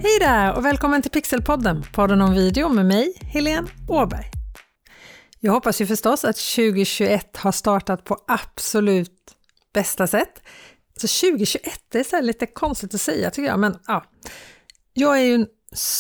Hej där och välkommen till Pixelpodden, podden om video med mig, Helene Åberg. Jag hoppas ju förstås att 2021 har startat på absolut bästa sätt. Så 2021 är så här lite konstigt att säga tycker jag, men ja. Jag är ju en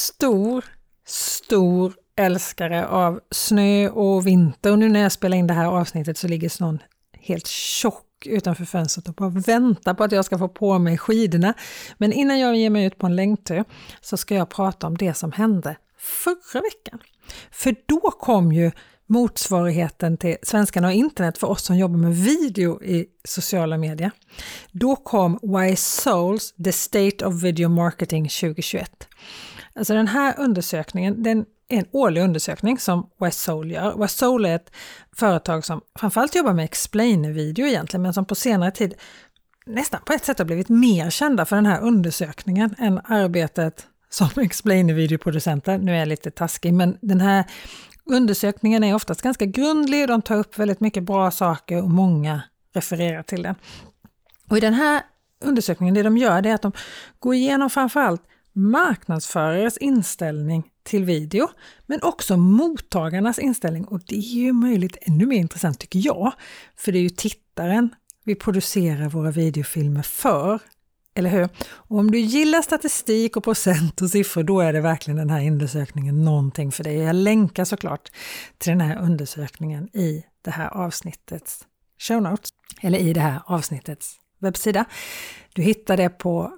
stor älskare av snö och vinter och nu när jag spelar in det här avsnittet så ligger snön helt tjock utanför fönstret och bara väntar på att jag ska få på mig skidorna. Men innan jag ger mig ut på en längdtur så ska jag prata om det som hände förra veckan. För då kom ju motsvarigheten till svenskarna och internet för oss som jobbar med video i sociala medier. Då kom YSOL's The State of Video Marketing 2021. Alltså den här undersökningen, den är en årlig undersökning som YSOL gör. YSOL är ett företag som framförallt jobbar med explainer-video egentligen, men som på senare tid nästan på ett sätt har blivit mer kända för den här undersökningen än arbetet som explainer-videoproducenter. Nu är jag lite taskig, men den här undersökningen är oftast ganska grundlig och de tar upp väldigt mycket bra saker och många refererar till den. Och i den här undersökningen, det de gör det är att de går igenom framförallt marknadsförares inställning till video, men också mottagarnas inställning. Och det är ju möjligt ännu mer intressant tycker jag, för det är ju tittaren vi producerar våra videofilmer för, eller hur? Och om du gillar statistik och procent och siffror, då är det verkligen den här undersökningen någonting för dig. Jag länkar såklart till den här undersökningen i det här avsnittets show notes, eller i det här avsnittets webbsida. Du hittar det på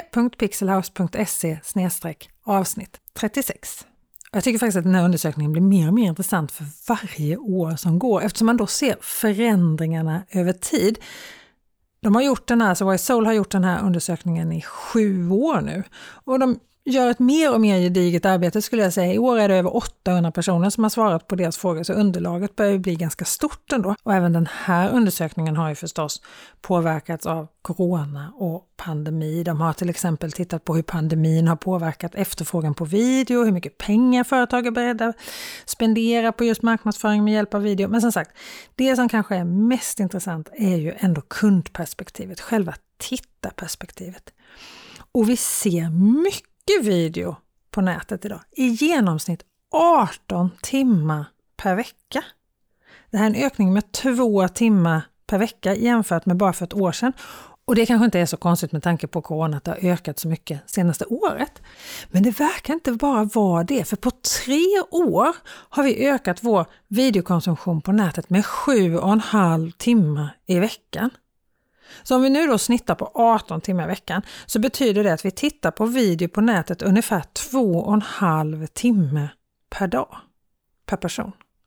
www.pixelhouse.se/avsnitt 36. Jag tycker faktiskt att den här undersökningen blir mer och mer intressant för varje år som går, eftersom man då ser förändringarna över tid. De har gjort den här, så YSOL har gjort den här undersökningen i 7 år nu. Och de gör ett mer och mer gediget arbete skulle jag säga. I år är det över 800 personer som har svarat på deras frågor, så underlaget börjar bli ganska stort ändå. Och även den här undersökningen har ju förstås påverkats av corona och pandemi. De har till exempel tittat på hur pandemin har påverkat efterfrågan på video, hur mycket pengar företag är beredda att spendera på just marknadsföring med hjälp av video. Men som sagt, det som kanske är mest intressant är ju ändå kundperspektivet, själva tittarperspektivet. Och vi ser mycket video på nätet idag. I genomsnitt 18 timmar per vecka. Det här är en ökning med 2 timmar per vecka jämfört med bara för ett år sedan. Och det kanske inte är så konstigt med tanke på corona att det har ökat så mycket senaste året. Men det verkar inte bara vara det. För på 3 år har vi ökat vår videokonsumtion på nätet med 7,5 timmar i veckan. Så om vi nu då snittar på 18 timmar i veckan så betyder det att vi tittar på video på nätet ungefär 2,5 timmar per dag, per person.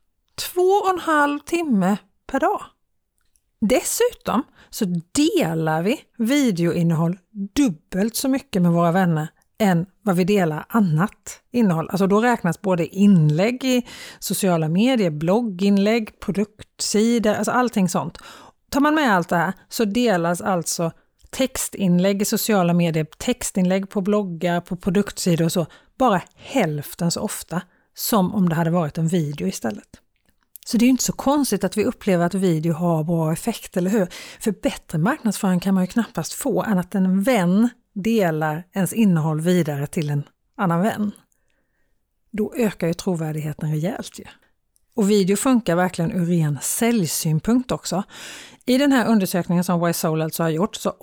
2,5 timmar per dag. Dessutom så delar vi videoinnehåll dubbelt så mycket med våra vänner än vad vi delar annat innehåll. Alltså då räknas både inlägg i sociala medier, blogginlägg, produktsidor, alltså allting sånt. Tar man med allt det här så delas alltså textinlägg i sociala medier, textinlägg på bloggar, på produktsidor och så, bara hälften så ofta som om det hade varit en video istället. Så det är ju inte så konstigt att vi upplever att video har bra effekt, eller hur? För bättre marknadsföring kan man ju knappast få än att en vän delar ens innehåll vidare till en annan vän. Då ökar ju trovärdigheten rejält ju. Och video funkar verkligen ur ren säljsynpunkt också. I den här undersökningen som YSOL alltså har gjort så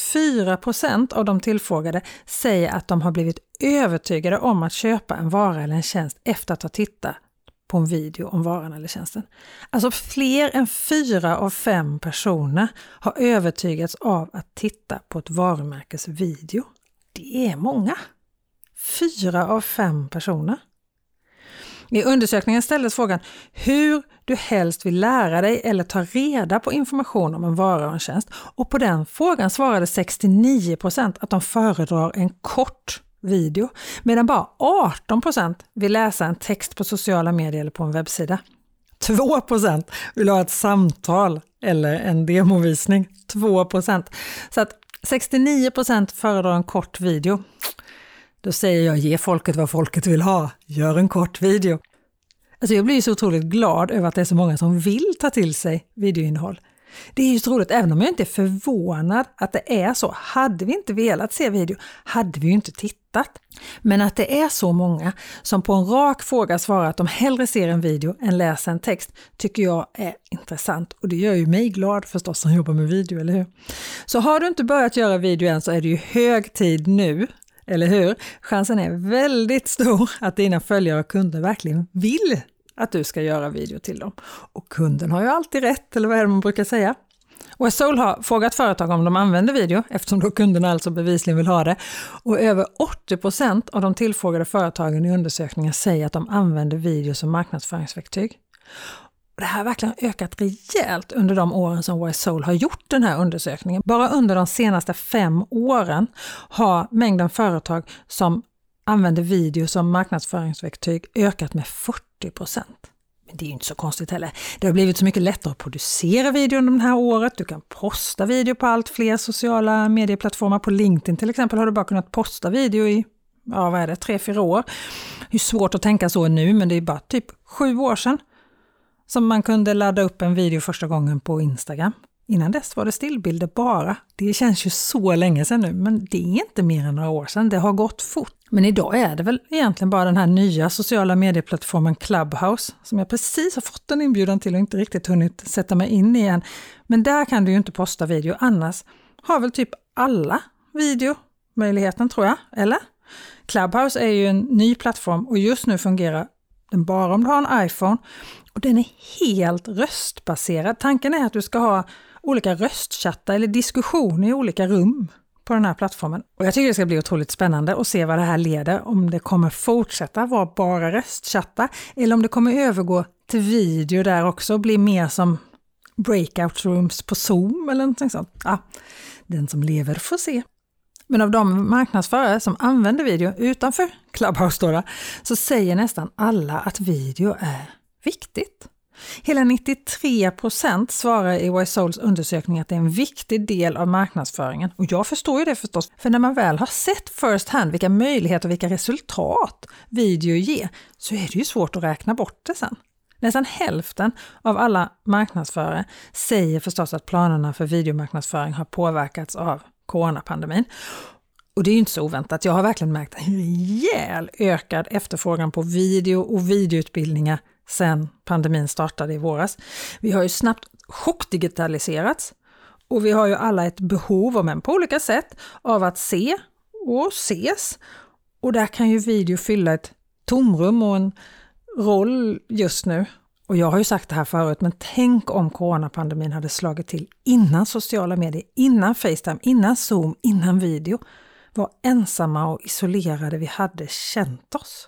84% av de tillfrågade säger att de har blivit övertygade om att köpa en vara eller en tjänst efter att ha tittat på en video om varan eller tjänsten. Alltså fler än 4 av 5 personer har övertygats av att titta på ett varumärkes video. Det är många. 4 av 5 personer. I undersökningen ställdes frågan hur du helst vill lära dig eller ta reda på information om en vara och en tjänst. Och på den frågan svarade 69% att de föredrar en kort video, medan bara 18% vill läsa en text på sociala medier eller på en webbsida. 2% vill ha ett samtal eller en demovisning. 2%. Så att 69% föredrar en kort video. Då säger jag, ge folket vad folket vill ha. Gör en kort video. Alltså jag blir så otroligt glad över att det är så många som vill ta till sig videoinnehåll. Det är ju så roligt, även om jag inte är förvånad att det är så. Hade vi inte velat se video, hade vi ju inte tittat. Men att det är så många som på en rak fråga svarar att de hellre ser en video än läser en text tycker jag är intressant. Och det gör ju mig glad förstås som jobbar med video, eller hur? Så har du inte börjat göra video än så är det ju hög tid nu, eller hur? Chansen är väldigt stor att dina följare och kunder verkligen vill att du ska göra video till dem. Och kunden har ju alltid rätt, eller vad är det man brukar säga? YesSoul har frågat företag om de använder video, eftersom då kunderna alltså bevisligen vill ha det. Och över 80% av de tillfrågade företagen i undersökningen säger att de använder video som marknadsföringsverktyg. Och det här har verkligen ökat rejält under de åren som YesSoul har gjort den här undersökningen. Bara under de senaste 5 åren har mängden företag som använder video som marknadsföringsverktyg ökat med 40%. Men det är ju inte så konstigt heller. Det har blivit så mycket lättare att producera video under det här året. Du kan posta video på allt fler sociala medieplattformar. På LinkedIn till exempel har du bara kunnat posta video i 3-4 år. Det är svårt att tänka så nu, men det är bara typ 7 år sedan som man kunde ladda upp en video första gången på Instagram. Innan dess var det stillbilder bara. Det känns ju så länge sedan nu, men det är inte mer än några år sedan. Det har gått fort. Men idag är det väl egentligen bara den här nya sociala medieplattformen Clubhouse som jag precis har fått en inbjudan till och inte riktigt hunnit sätta mig in i än. Men där kan du ju inte posta video. Annars har väl typ alla videomöjligheten, tror jag. Eller? Clubhouse är ju en ny plattform och just nu fungerar den bara om du har en iPhone. Och den är helt röstbaserad. Tanken är att du ska ha olika röstchattar eller diskussioner i olika rum på den här plattformen. Och jag tycker det ska bli otroligt spännande att se vad det här leder. Om det kommer fortsätta vara bara röstchattar eller om det kommer övergå till video där också och bli mer som breakout rooms på Zoom eller någonting sånt. Ja, den som lever får se. Men av de marknadsförare som använder video utanför Clubhouse då, så säger nästan alla att video är viktigt. Hela 93% svarar i YesSouls undersökning att det är en viktig del av marknadsföringen. Och jag förstår ju det förstås, för när man väl har sett first hand vilka möjligheter och vilka resultat video ger så är det ju svårt att räkna bort det sen. Nästan hälften av alla marknadsförare säger förstås att planerna för videomarknadsföring har påverkats av coronapandemin. Och det är ju inte så oväntat. Jag har verkligen märkt en rejäl ökad efterfrågan på video och videoutbildningar sedan pandemin startade i våras. Vi har ju snabbt chockdigitaliserats och vi har ju alla ett behov, om än på olika sätt, av att se och ses. Och där kan ju video fylla ett tomrum och en roll just nu. Och jag har ju sagt det här förut, men tänk om coronapandemin hade slagit till innan sociala medier, innan FaceTime, innan Zoom, innan video. Vad ensamma och isolerade vi hade känt oss.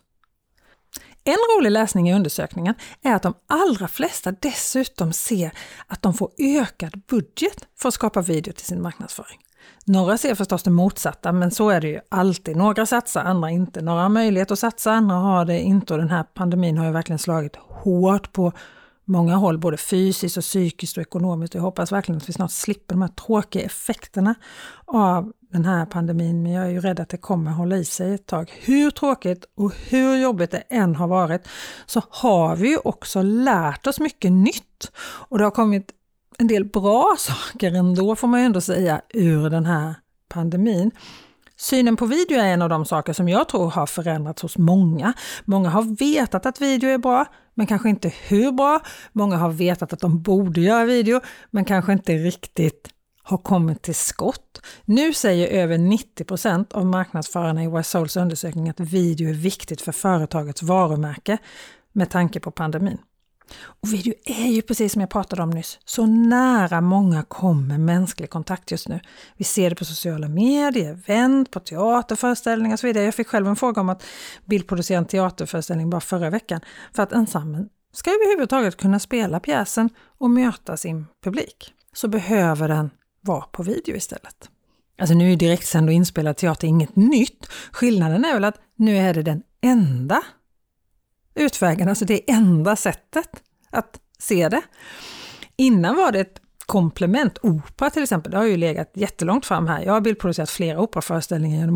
En rolig läsning i undersökningen är att de allra flesta dessutom ser att de får ökad budget för att skapa video till sin marknadsföring. Några ser förstås det motsatta, men så är det ju alltid. Några satsar, andra inte. Några har möjlighet att satsa, andra har det inte. Och den här pandemin har ju verkligen slagit hårt på många håll, både fysiskt och psykiskt och ekonomiskt. Jag hoppas verkligen att vi snart slipper de här tråkiga effekterna av den här pandemin, men jag är ju rädd att det kommer hålla i sig ett tag. Hur tråkigt och hur jobbigt det än har varit så har vi ju också lärt oss mycket nytt. Och det har kommit en del bra saker ändå, får man ju ändå säga, ur den här pandemin. Synen på video är en av de saker som jag tror har förändrats hos många. Många har vetat att video är bra, men kanske inte hur bra. Många har vetat att de borde göra video, men kanske inte riktigt har kommit till skott. Nu säger över 90% av marknadsförarna i YesSouls undersökning att video är viktigt för företagets varumärke med tanke på pandemin. Och video är ju, precis som jag pratade om nyss, så nära många kommer mänsklig kontakt just nu. Vi ser det på sociala medier, event, på teaterföreställningar och så vidare. Jag fick själv en fråga om att bildproducera en teaterföreställning bara förra veckan för att ensemblen ska överhuvudtaget kunna spela pjäsen och möta sin publik. Så behöver den vara på video istället. Alltså nu är direktsänd och inspelad teater inget nytt. Skillnaden är väl att nu är det den enda utvägen, alltså det enda sättet att se det. Innan var det ett komplement. Opera till exempel, det har ju legat jättelångt fram här. Jag har bildproducerat flera operaföreställningar genom år.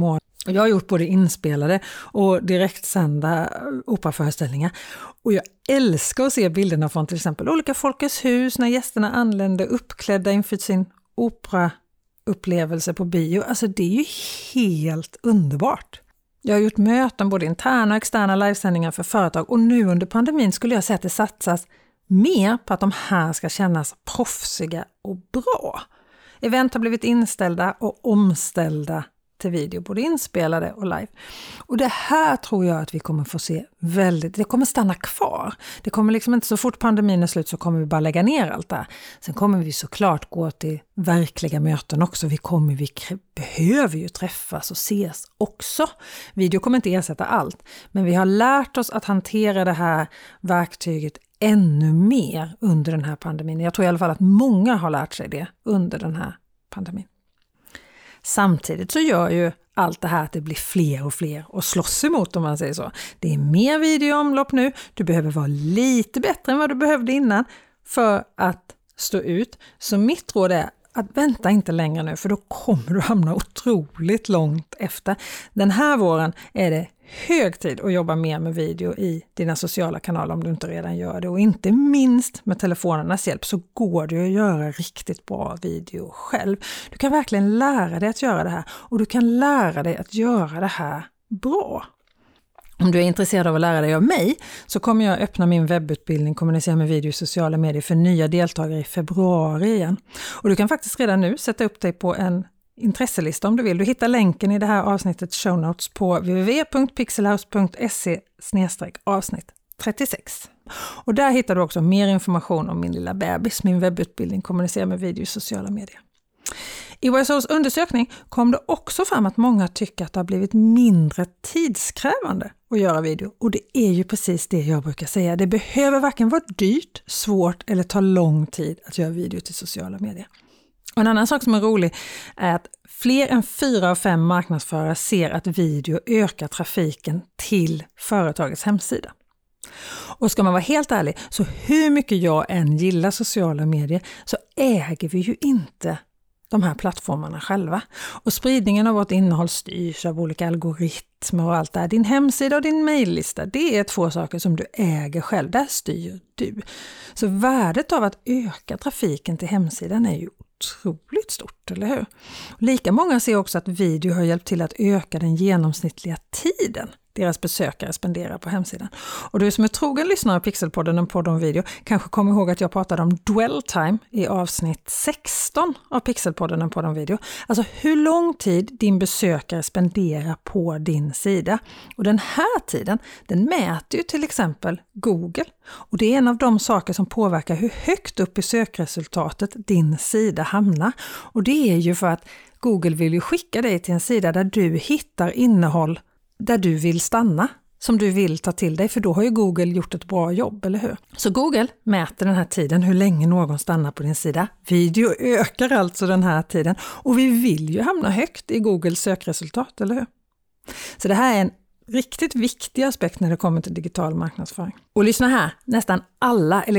Och jag har gjort både inspelade och direktsända operaföreställningar. Och jag älskar att se bilderna från till exempel olika Folkets hus när gästerna anländer uppklädda inför sin operaupplevelse på bio. Alltså det är ju helt underbart. Jag har gjort möten, både interna och externa livesändningar för företag, och nu under pandemin skulle jag säga att det satsas mer på att de här ska kännas proffsiga och bra. Event har blivit inställda och omställda till video, både inspelade och live. Och det här tror jag att vi kommer få se det kommer stanna kvar. Det kommer liksom inte, så fort pandemin är slut så kommer vi bara lägga ner allt det här. Sen kommer vi såklart gå till verkliga möten också. Vi behöver ju träffas och ses också. Video kommer inte ersätta allt, men vi har lärt oss att hantera det här verktyget ännu mer under den här pandemin. Jag tror i alla fall att många har lärt sig det under den här pandemin. Samtidigt så gör ju allt det här att det blir fler och fler att slåss emot, om man säger så. Det är mer videoomlopp nu. Du behöver vara lite bättre än vad du behövde innan för att stå ut. Så mitt råd är att vänta inte längre nu, för då kommer du hamna otroligt långt efter. Den här våren är det hög tid att jobba mer med video i dina sociala kanaler om du inte redan gör det. Och inte minst med telefonernas hjälp så går det att göra riktigt bra video själv. Du kan verkligen lära dig att göra det här, och du kan lära dig att göra det här bra. Om du är intresserad av att lära dig av mig så kommer jag öppna min webbutbildning Kommunicera med video i sociala medier för nya deltagare i februari igen. Och du kan faktiskt redan nu sätta upp dig på en intresselista om du vill. Du hittar länken i det här avsnittets show notes på www.pixelhouse.se/avsnitt 36. Och där hittar du också mer information om min lilla bebis, min webbutbildning Kommunicera med video i sociala medier. I YSOs undersökning kom det också fram att många tycker att det har blivit mindre tidskrävande att göra video. Och det är ju precis det jag brukar säga. Det behöver varken vara dyrt, svårt eller ta lång tid att göra video till sociala medier. Och en annan sak som är rolig är att fler än 4 av 5 marknadsförare ser att video ökar trafiken till företagets hemsida. Och ska man vara helt ärlig, så hur mycket jag än gillar sociala medier så äger vi ju inte de här plattformarna själva. Och spridningen av vårt innehåll styrs av olika algoritmer och allt det här. Din hemsida och din mejllista, det är 2 saker som du äger själv. Där styr du. Så värdet av att öka trafiken till hemsidan är ju otroligt stort, eller hur? Lika många ser också att video har hjälpt till att öka den genomsnittliga tiden deras besökare spenderar på hemsidan. Och du som är trogen lyssnare av Pixelpodden, en podd om video, kanske kommer ihåg att jag pratade om dwell time i avsnitt 16 av Pixelpodden, en podd om video. Alltså hur lång tid din besökare spenderar på din sida. Och den här tiden, den mäter ju till exempel Google. Och det är en av de saker som påverkar hur högt upp i sökresultatet din sida hamnar. Och det är ju för att Google vill ju skicka dig till en sida där du hittar innehåll där du vill stanna, som du vill ta till dig, för då har ju Google gjort ett bra jobb, eller hur? Så Google mäter den här tiden, hur länge någon stannar på din sida. Video ökar alltså den här tiden, och vi vill ju hamna högt i Googles sökresultat, eller hur? Så det här är en riktigt viktig aspekt när det kommer till digital marknadsföring. Och lyssna här, nästan alla eller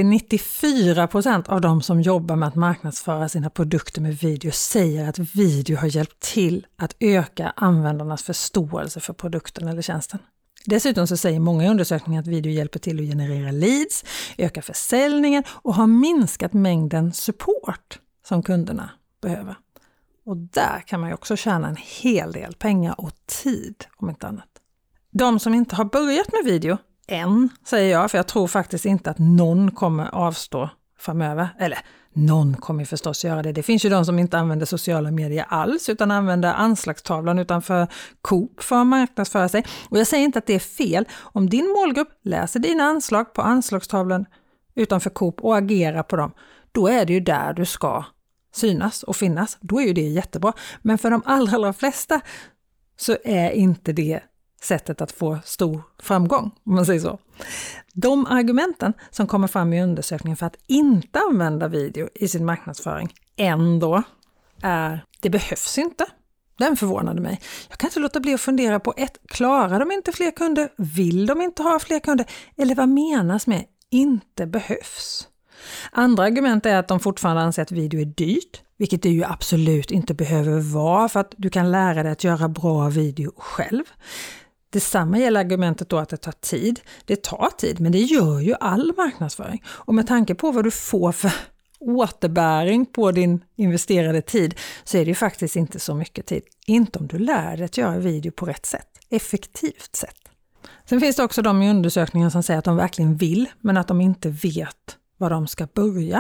94% av de som jobbar med att marknadsföra sina produkter med video säger att video har hjälpt till att öka användarnas förståelse för produkten eller tjänsten. Dessutom så säger många undersökningar att video hjälper till att generera leads, öka försäljningen och har minskat mängden support som kunderna behöver. Och där kan man ju också tjäna en hel del pengar och tid, om inte annat. De som inte har börjat med video än, säger jag, för jag tror faktiskt inte att någon kommer avstå framöver. Eller någon kommer förstås göra det. Det finns ju de som inte använder sociala medier alls utan använder anslagstavlan utanför Coop för att marknadsföra sig. Och jag säger inte att det är fel. Om din målgrupp läser dina anslag på anslagstavlan utanför Coop och agerar på dem, då är det ju där du ska synas och finnas. Då är ju det jättebra. Men för de allra flesta så är inte det sättet att få stor framgång, om man säger så. De argumenten som kommer fram i undersökningen för att inte använda video i sin marknadsföring ändå är: det behövs inte. Den förvånade mig. Jag kan inte låta bli att fundera på klarar de inte fler kunder? Vill de inte ha fler kunder? Eller vad menas med inte behövs? Andra argument är att de fortfarande anser att video är dyrt, vilket det ju absolut inte behöver vara för att du kan lära dig att göra bra video själv. Detsamma gäller argumentet då att det tar tid. Det tar tid, men det gör ju all marknadsföring. Och med tanke på vad du får för återbäring på din investerade tid så är det ju faktiskt inte så mycket tid. Inte om du lär dig att göra video på rätt sätt, effektivt sätt. Sen finns det också de i undersökningen som säger att de verkligen vill, men att de inte vet var de ska börja.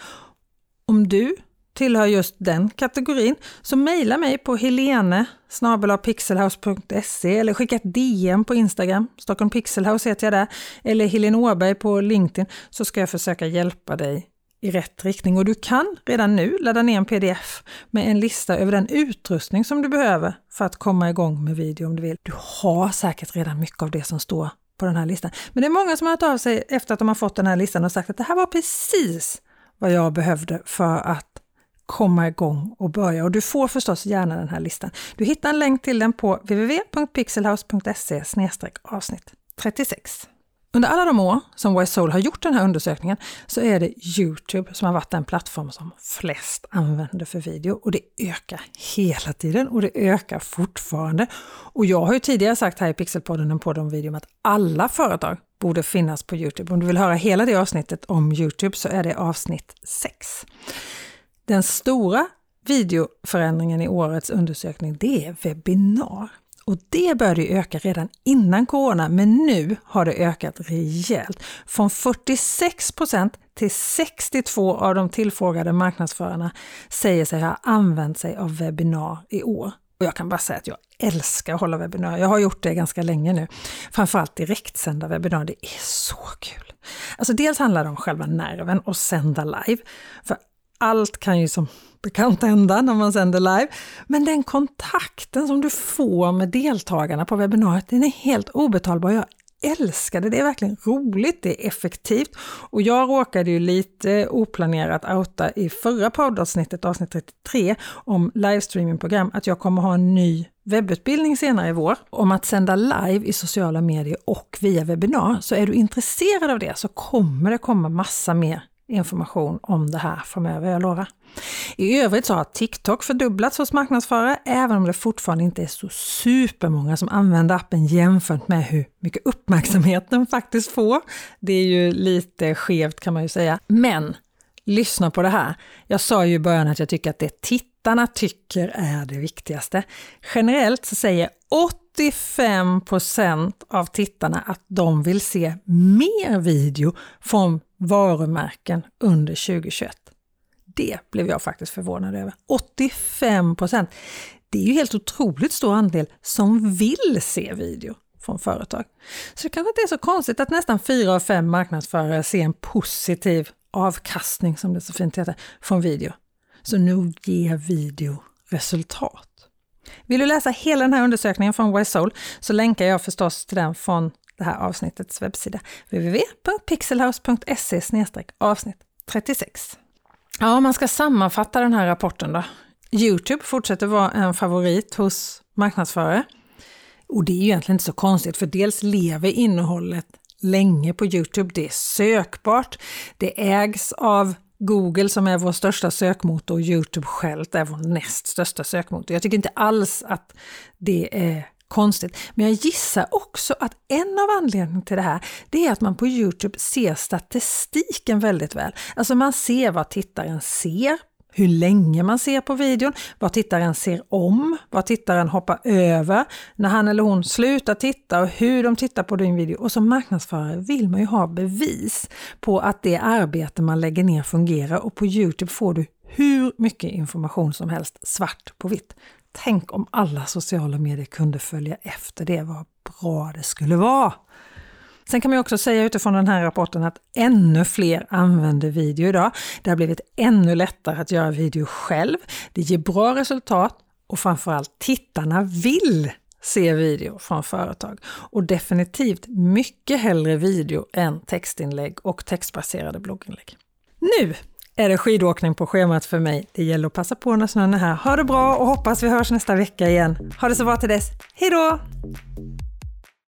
Om du tillhör just den kategorin så mejla mig på helene@pixelhouse.se eller skicka ett DM på Instagram, Stockholm Pixelhouse heter jag där, eller Helene Åberg på LinkedIn, så ska jag försöka hjälpa dig i rätt riktning. Och du kan redan nu ladda ner en pdf med en lista över den utrustning som du behöver för att komma igång med video om du vill. Du har säkert redan mycket av det som står på den här listan. Men det är många som har hört av sig efter att de har fått den här listan och sagt att det här var precis vad jag behövde för att komma igång och börja. Och du får förstås gärna den här listan. Du hittar en länk till den på www.pixelhouse.se/avsnitt 36. Under alla de år som YSOL har gjort den här undersökningen så är det YouTube som har varit den plattform som flest använder för video. Och det ökar hela tiden och det ökar fortfarande. Och jag har ju tidigare sagt här i Pixelpodden en podd om video att alla företag borde finnas på YouTube. Om du vill höra hela det avsnittet om YouTube så är det avsnitt 6. Den stora videoförändringen i årets undersökning det är webbinar. Och det började öka redan innan corona, men nu har det ökat rejält. Från 46% till 62% av de tillfrågade marknadsförarna säger sig ha använt sig av webbinar i år. Och jag kan bara säga att jag älskar att hålla webbinar. Jag har gjort det ganska länge nu. Framförallt direktsända webbinar, det är så kul. Alltså dels handlar det om själva nerven och sända live. För allt kan ju som bekant hända när man sänder live. Men den kontakten som du får med deltagarna på webbinariet, den är helt obetalbar. Jag älskar det. Det är verkligen roligt, det är effektivt. Och jag råkade ju lite oplanerat outa i förra poddavsnittet, avsnitt 33, om livestreamingprogram, att jag kommer ha en ny webbutbildning senare i vår om att sända live i sociala medier och via webbinar. Så är du intresserad av det så kommer det komma massa mer information om det här framöver, jag lovar. I övrigt så har TikTok fördubblats hos marknadsförare, även om det fortfarande inte är så supermånga som använder appen jämfört med hur mycket uppmärksamhet den faktiskt får. Det är ju lite skevt kan man ju säga. Men lyssna på det här. Jag sa ju i början att jag tycker att det tittarna tycker är det viktigaste. Generellt så säger 85% av tittarna att de vill se mer video från varumärken under 2021. Det blev jag faktiskt förvånad över. 85%. Det är ju helt otroligt stor andel som vill se video från företag. Så det kanske inte är så konstigt att nästan 4 av 5 marknadsförare ser en positiv avkastning, som det så fint heter, från video. Så nu ger video resultat. Vill du läsa hela den här undersökningen från YSOL så länkar jag förstås till den från det här avsnittets webbsida www.pixelhouse.se/avsnitt 36. Ja, man ska sammanfatta den här rapporten då. YouTube fortsätter vara en favorit hos marknadsförare. Och det är ju egentligen inte så konstigt, för dels lever innehållet länge på YouTube. Det är sökbart, det ägs av Google som är vår största sökmotor och YouTube själv är vår näst största sökmotor. Jag tycker inte alls att det är konstigt. Men jag gissar också att en av anledningarna till det här, det är att man på YouTube ser statistiken väldigt väl. Alltså man ser vad tittaren ser, hur länge man ser på videon, vad tittaren ser om, vad tittaren hoppar över, när han eller hon slutar titta och hur de tittar på din video. Och som marknadsförare vill man ju ha bevis på att det arbete man lägger ner fungerar, och på YouTube får du hur mycket information som helst svart på vitt. Tänk om alla sociala medier kunde följa efter det, vad bra det skulle vara. Sen kan man också säga utifrån den här rapporten att ännu fler använder video idag. Det har blivit ännu lättare att göra video själv. Det ger bra resultat och framförallt tittarna vill se video från företag. Och definitivt mycket hellre video än textinlägg och textbaserade blogginlägg. Nu är det skidåkning på schemat för mig. Det gäller att passa på när snön är här. Ha det bra och hoppas vi hörs nästa vecka igen. Ha det så bra till dess. Hej då!